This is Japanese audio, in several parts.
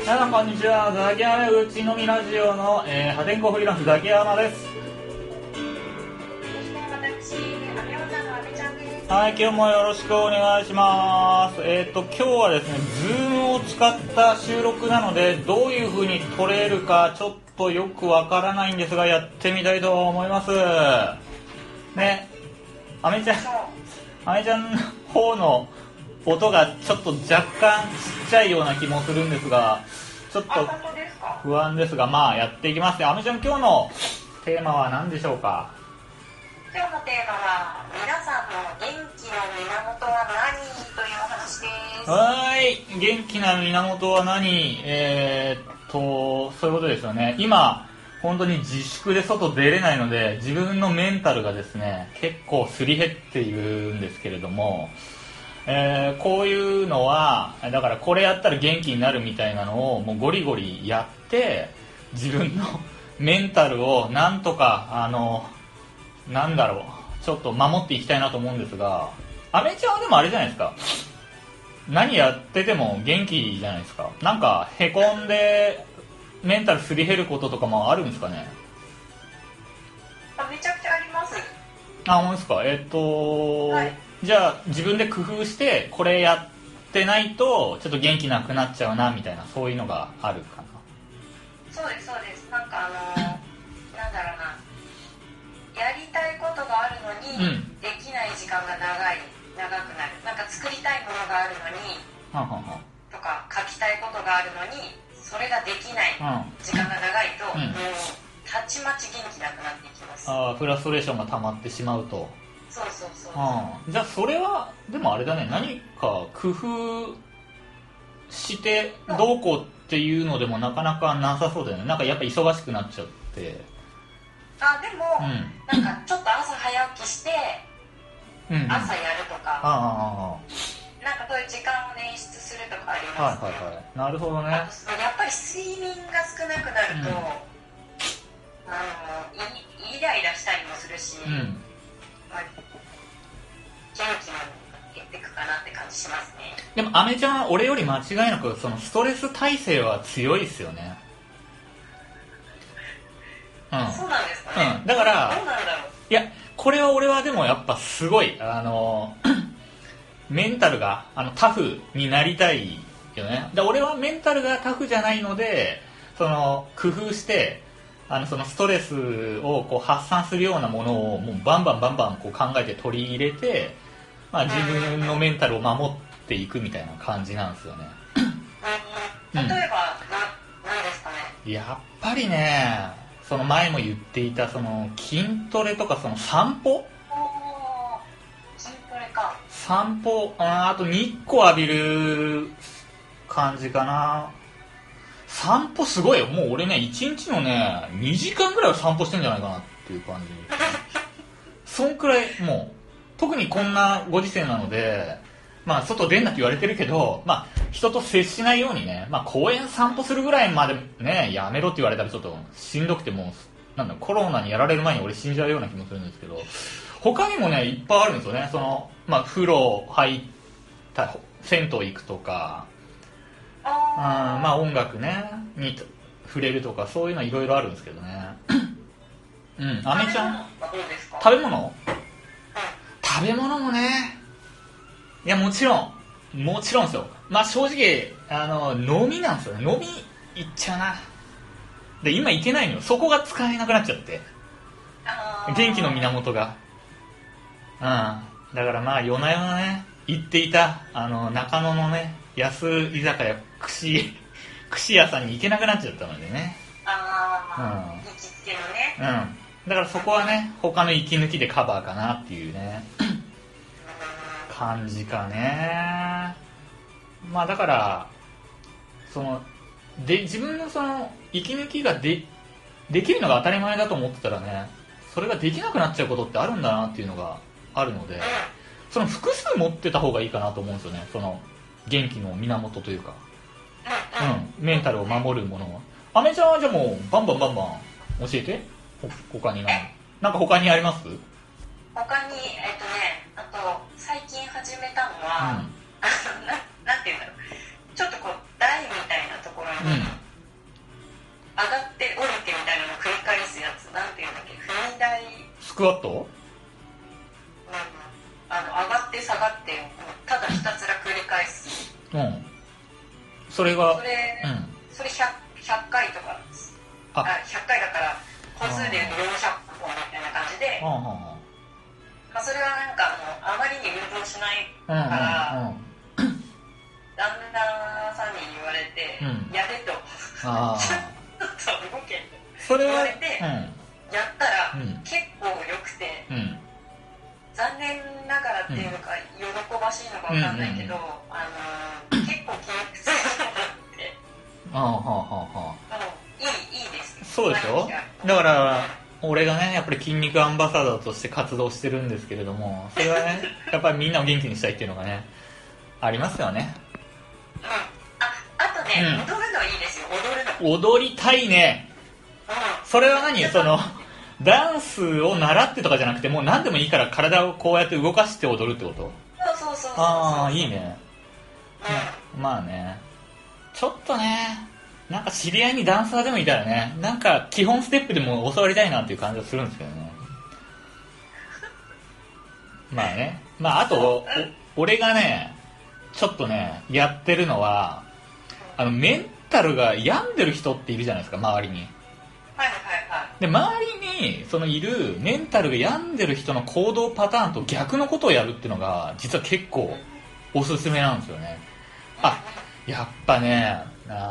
皆さんこんにちは。ザキヤマうちのみラジオの、破天荒フリーランスザキヤマです。はい、今日もよろしくお願いします。今日はですね、Zoom を使った収録なので、どういう風に撮れるかちょっとよくわからないんですが、やってみたいと思います。ね、アメちゃんの方の音がちょっと若干ちっちゃいような気もするんですが、ちょっと不安ですが、まあやっていきますね。アメちゃん、今日のテーマは何でしょうか？ 今日のテーマは、皆さんの元気の源は何というお話です。 はい、元気な源は何？そういうことですよね。今本当に自粛で外出れないので、自分のメンタルがですね、結構すり減っているんですけれども、こういうのはだからこれやったら元気になるみたいなのをもうゴリゴリやって自分のメンタルをなんとかなんだろう、ちょっと守っていきたいなと思うんですが、アメちゃんはでもあれじゃないですか、何やってても元気じゃないですか。なんかへこんでメンタルすり減ることとかもあるんですかね？ めちゃくちゃあります。 あ、本当ですか？はい、じゃあ自分で工夫してこれやってないとちょっと元気なくなっちゃうなみたいな、そういうのがあるかな。 そうですそうです。なんかなんだろうな、やりたいことがあるのに、できない時間が長くなる。なんか作りたいものがあるのにとか書きたいことがあるのにそれができない、時間が長いと、もうたちまち元気なくなっていきます。 フラストレーションが溜まってしまうと。 そうそうそう。 じゃあそれはでもあれだね、何か工夫してどうこうっていうのでもなかなかなさそうだよね。なんかやっぱ忙しくなっちゃって。 でも、なんかちょっと朝早起きして、朝やるとか、なんかそういう時間を捻出するとかありますね。 なるほどね。 やっぱり睡眠が少なくなると、イライラしたりもするし、元気も減っていくかなって感じしますね。 でもアメちゃんは俺より間違いなくそのストレス耐性は強いですよね。 そうなんですかね。 だからどうなんだろう。 いや、これは俺はでもやっぱすごいメンタルがタフになりたいよね。で俺はメンタルがタフじゃないので、その工夫してそのストレスをこう発散するようなものをもうバンバンこう考えて取り入れて、自分のメンタルを守っていくみたいな感じなんですよね。 例えば何ですかね。 やっぱりね、その前も言っていたその筋トレとかその散歩、あと日光浴びる感じかな。散歩すごいよ。もう俺ね、1日のね2時間ぐらいは散歩してんじゃないかなっていう感じ。そんくらい、もう特にこんなご時世なので、外出んなって言われてるけど、人と接しないようにね、公園散歩するぐらいまでね、やめろって言われたらちょっとしんどくて、もうコロナにやられる前に俺死んじゃうような気もするんですけど、他にもねいっぱいあるんですよね。その風呂入った銭湯行くとか、音楽ねに触れるとか、そういうのいろいろあるんですけどね。アメちゃん、食べ物もね、いやもちろんですよ。正直飲みなんですよね。飲み行っちゃうな。で今行けないのよ。そこが使えなくなっちゃって、元気の源が。だから夜な夜なね行っていた中野のね安居酒屋串屋さんに行けなくなっちゃったのでね。 行きつけのね。 だからそこはね、他の息抜きでカバーかなっていうね感じかね。だから自分のその息抜きができるのが当たり前だと思ってたらね、それができなくなっちゃうことってあるんだなっていうのがあるので、その複数持ってた方がいいかなと思うんですよね。その元気の源というか、メンタルを守るものは。アメちゃんはじゃあもうバンバン教えて。他になんか他にあります？ 他にあと最近始めたのは、なんていうんだろう、ちょっとこう台みたいなところにクワット？ 上がって下がってただひたすら繰り返す。 それがそれ 100回とか100回だから個数で400本みたいな感じで、それはなんかあまりに運動しないから、旦那さんに言われて、やれとちょっと動けと言われて、やったら、結構良くて、残念ながらっていうのか、喜ばしいのか分かんないけど、結構筋肉痛になっていいです。 そうでしょ。だから俺がねやっぱり筋肉アンバサダーとして活動してるんですけれども、それはねやっぱりみんなを元気にしたいっていうのがねありますよね。 あとね、踊るのいいですよ。 踊りたいね。それは何？ダンスを習ってとかじゃなくて、もう何でもいいから体をこうやって動かして踊るってこと？ そう。 ああ、いいね。まあね、ちょっとね、なんか知り合いにダンサーでもいたらね、なんか基本ステップでも教わりたいなっていう感じがするんですけどね。まあね、あと俺がねちょっとねやってるのは、メンタルが病んでる人っているじゃないですか、周りに。で周りにそのいるメンタルが病んでる人の行動パターンと逆のことをやるっていうのが実は結構おすすめなんですよね。やっぱね、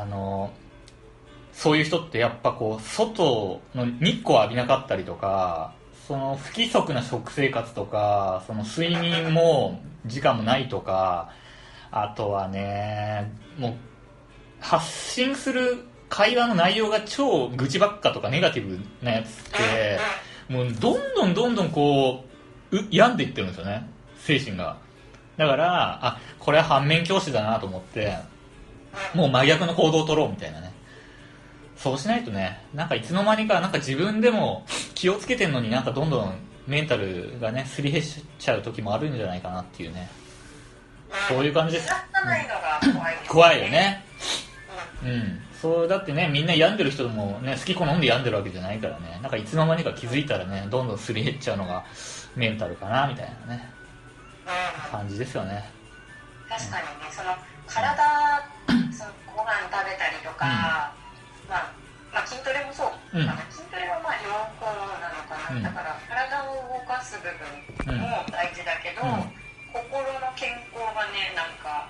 そういう人ってやっぱこう外の日光浴びなかったりとか、その不規則な食生活とか、その睡眠も時間もないとか、あとはね、もう発信する会話の内容が超愚痴ばっかとかネガティブなやつってもうどんどんこう病んでいってるんですよね、精神が。だからこれは反面教師だなと思って、もう真逆の行動を取ろうみたいなね。そうしないとね、なんかいつの間にかなんか自分でも気をつけてんのになんかどんどんメンタルがねすり減っちゃう時もあるんじゃないかなっていうね、そういう感じです。怖いよね。そうだってね、みんな病んでる人もね好き好んで病んでるわけじゃないからね、なんかいつの間にか気づいたらねどんどんすり減っちゃうのがメンタルかなみたいなね感じですよね。 確かにね、その体、そのご飯食べたりとか、筋トレもそう、筋トレは両方なのかな、だから体を動かす部分も大事だけど、心の健康がねなんか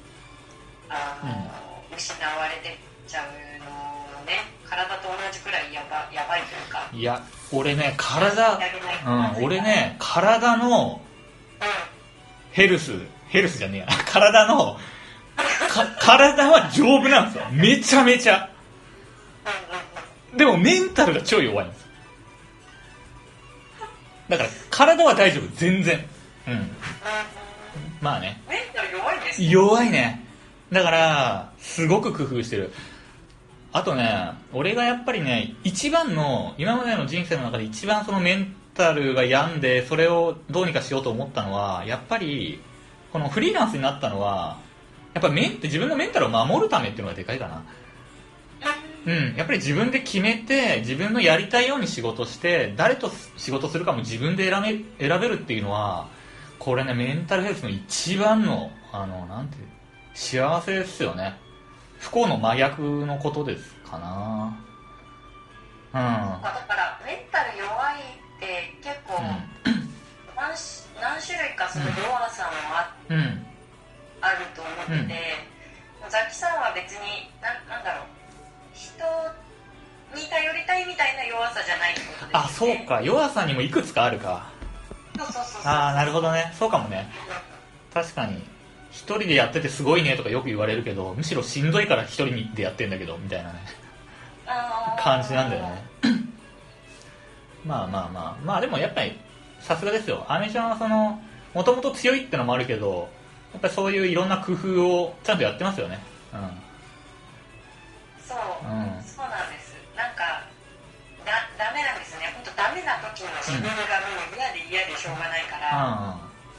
失われてっちゃうのね、体と同じくらいやばいというか。 いや俺ね体のヘルスじゃねえや体の体は丈夫なんですよ、めちゃめちゃ。でもメンタルが超弱いんです。だから体は大丈夫全然。まあね、 メンタル弱いんですか？ 弱いね。だからすごく工夫してる。あとね、俺がやっぱりね一番の今までの人生の中で一番そのメンタルが病んでそれをどうにかしようと思ったのは、やっぱりこのフリーランスになったのはやっぱ自分のメンタルを守るためっていうのがでかいかな。やっぱり自分で決めて自分のやりたいように仕事して誰と仕事するかも自分で選べるっていうのは、これねメンタルヘルスの一番のなんていう幸せですよね。不幸の真逆のことですかな。だからメンタル弱いって結構、何種類かその弱さもあると思ってて、ザキさんは別になんだろう、人に頼りたいみたいな弱さじゃないってことですよね。 そうか、弱さにもいくつかあるか。 そうなるほどね、そうかもね。確かに一人でやっててすごいねとかよく言われるけど、むしろしんどいから一人でやってんだけどみたいなね感じなんだよね。まあでもやっぱりさすがですよ、アメちゃんはそのもともと強いってのもあるけど、やっぱりそういういろんな工夫をちゃんとやってますよね。 そうなんです。なんかダメなんですね。本当ダメな時の自分がもう嫌でしょうがないから、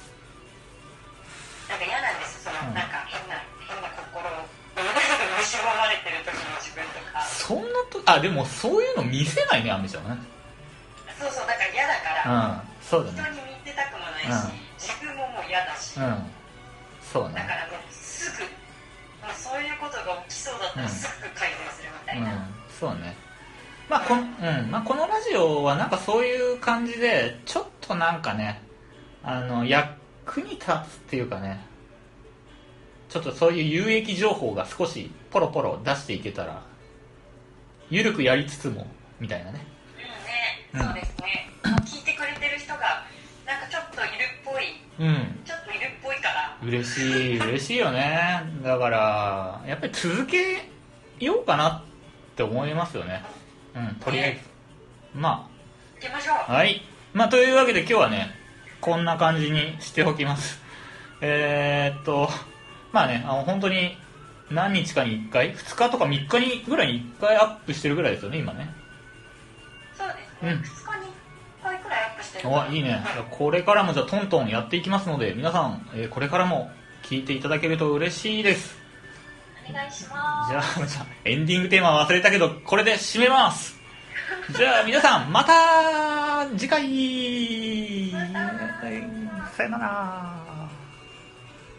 なんか嫌なんです。なんか変な心を蝕まれてる時の自分とか。 そんなでもそういうの見せないね、アメちゃんね。 だから嫌だからら、 そうだね。 人に見せたくもないし、自分ももう嫌だし、 そうね。 だからもうすぐ、もうそういうことが起きそうだったらすぐ改善するみたいな。 そうね。まあこのラジオはなんかそういう感じで、ちょっとなんかね、役に立つっていうかね、ちょっとそういう有益情報が少しポロポロ出していけたら、ゆるくやりつつもみたいなね。 そうですね。聞いてくれてる人がなんかちょっといるっぽい、ちょっといるっぽいから嬉しいよね。だからやっぱり続けようかなって思いますよね。とりあえずまあ行きましょう。 はい。というわけで今日はね、こんな感じにしておきます。まあね、本当に何日かに1回、2日とか3日にぐらいに1回アップしてるぐらいですよね、今ね。 そうですね、2日に1回くらいアップしてる。 いいね。これからもじゃあトントンやっていきますので、皆さん、これからも聞いていただけると嬉しいです。 お願いします。 じゃあエンディングテーマ忘れたけど、これで締めます。じゃあ皆さん、また次回。さよなら。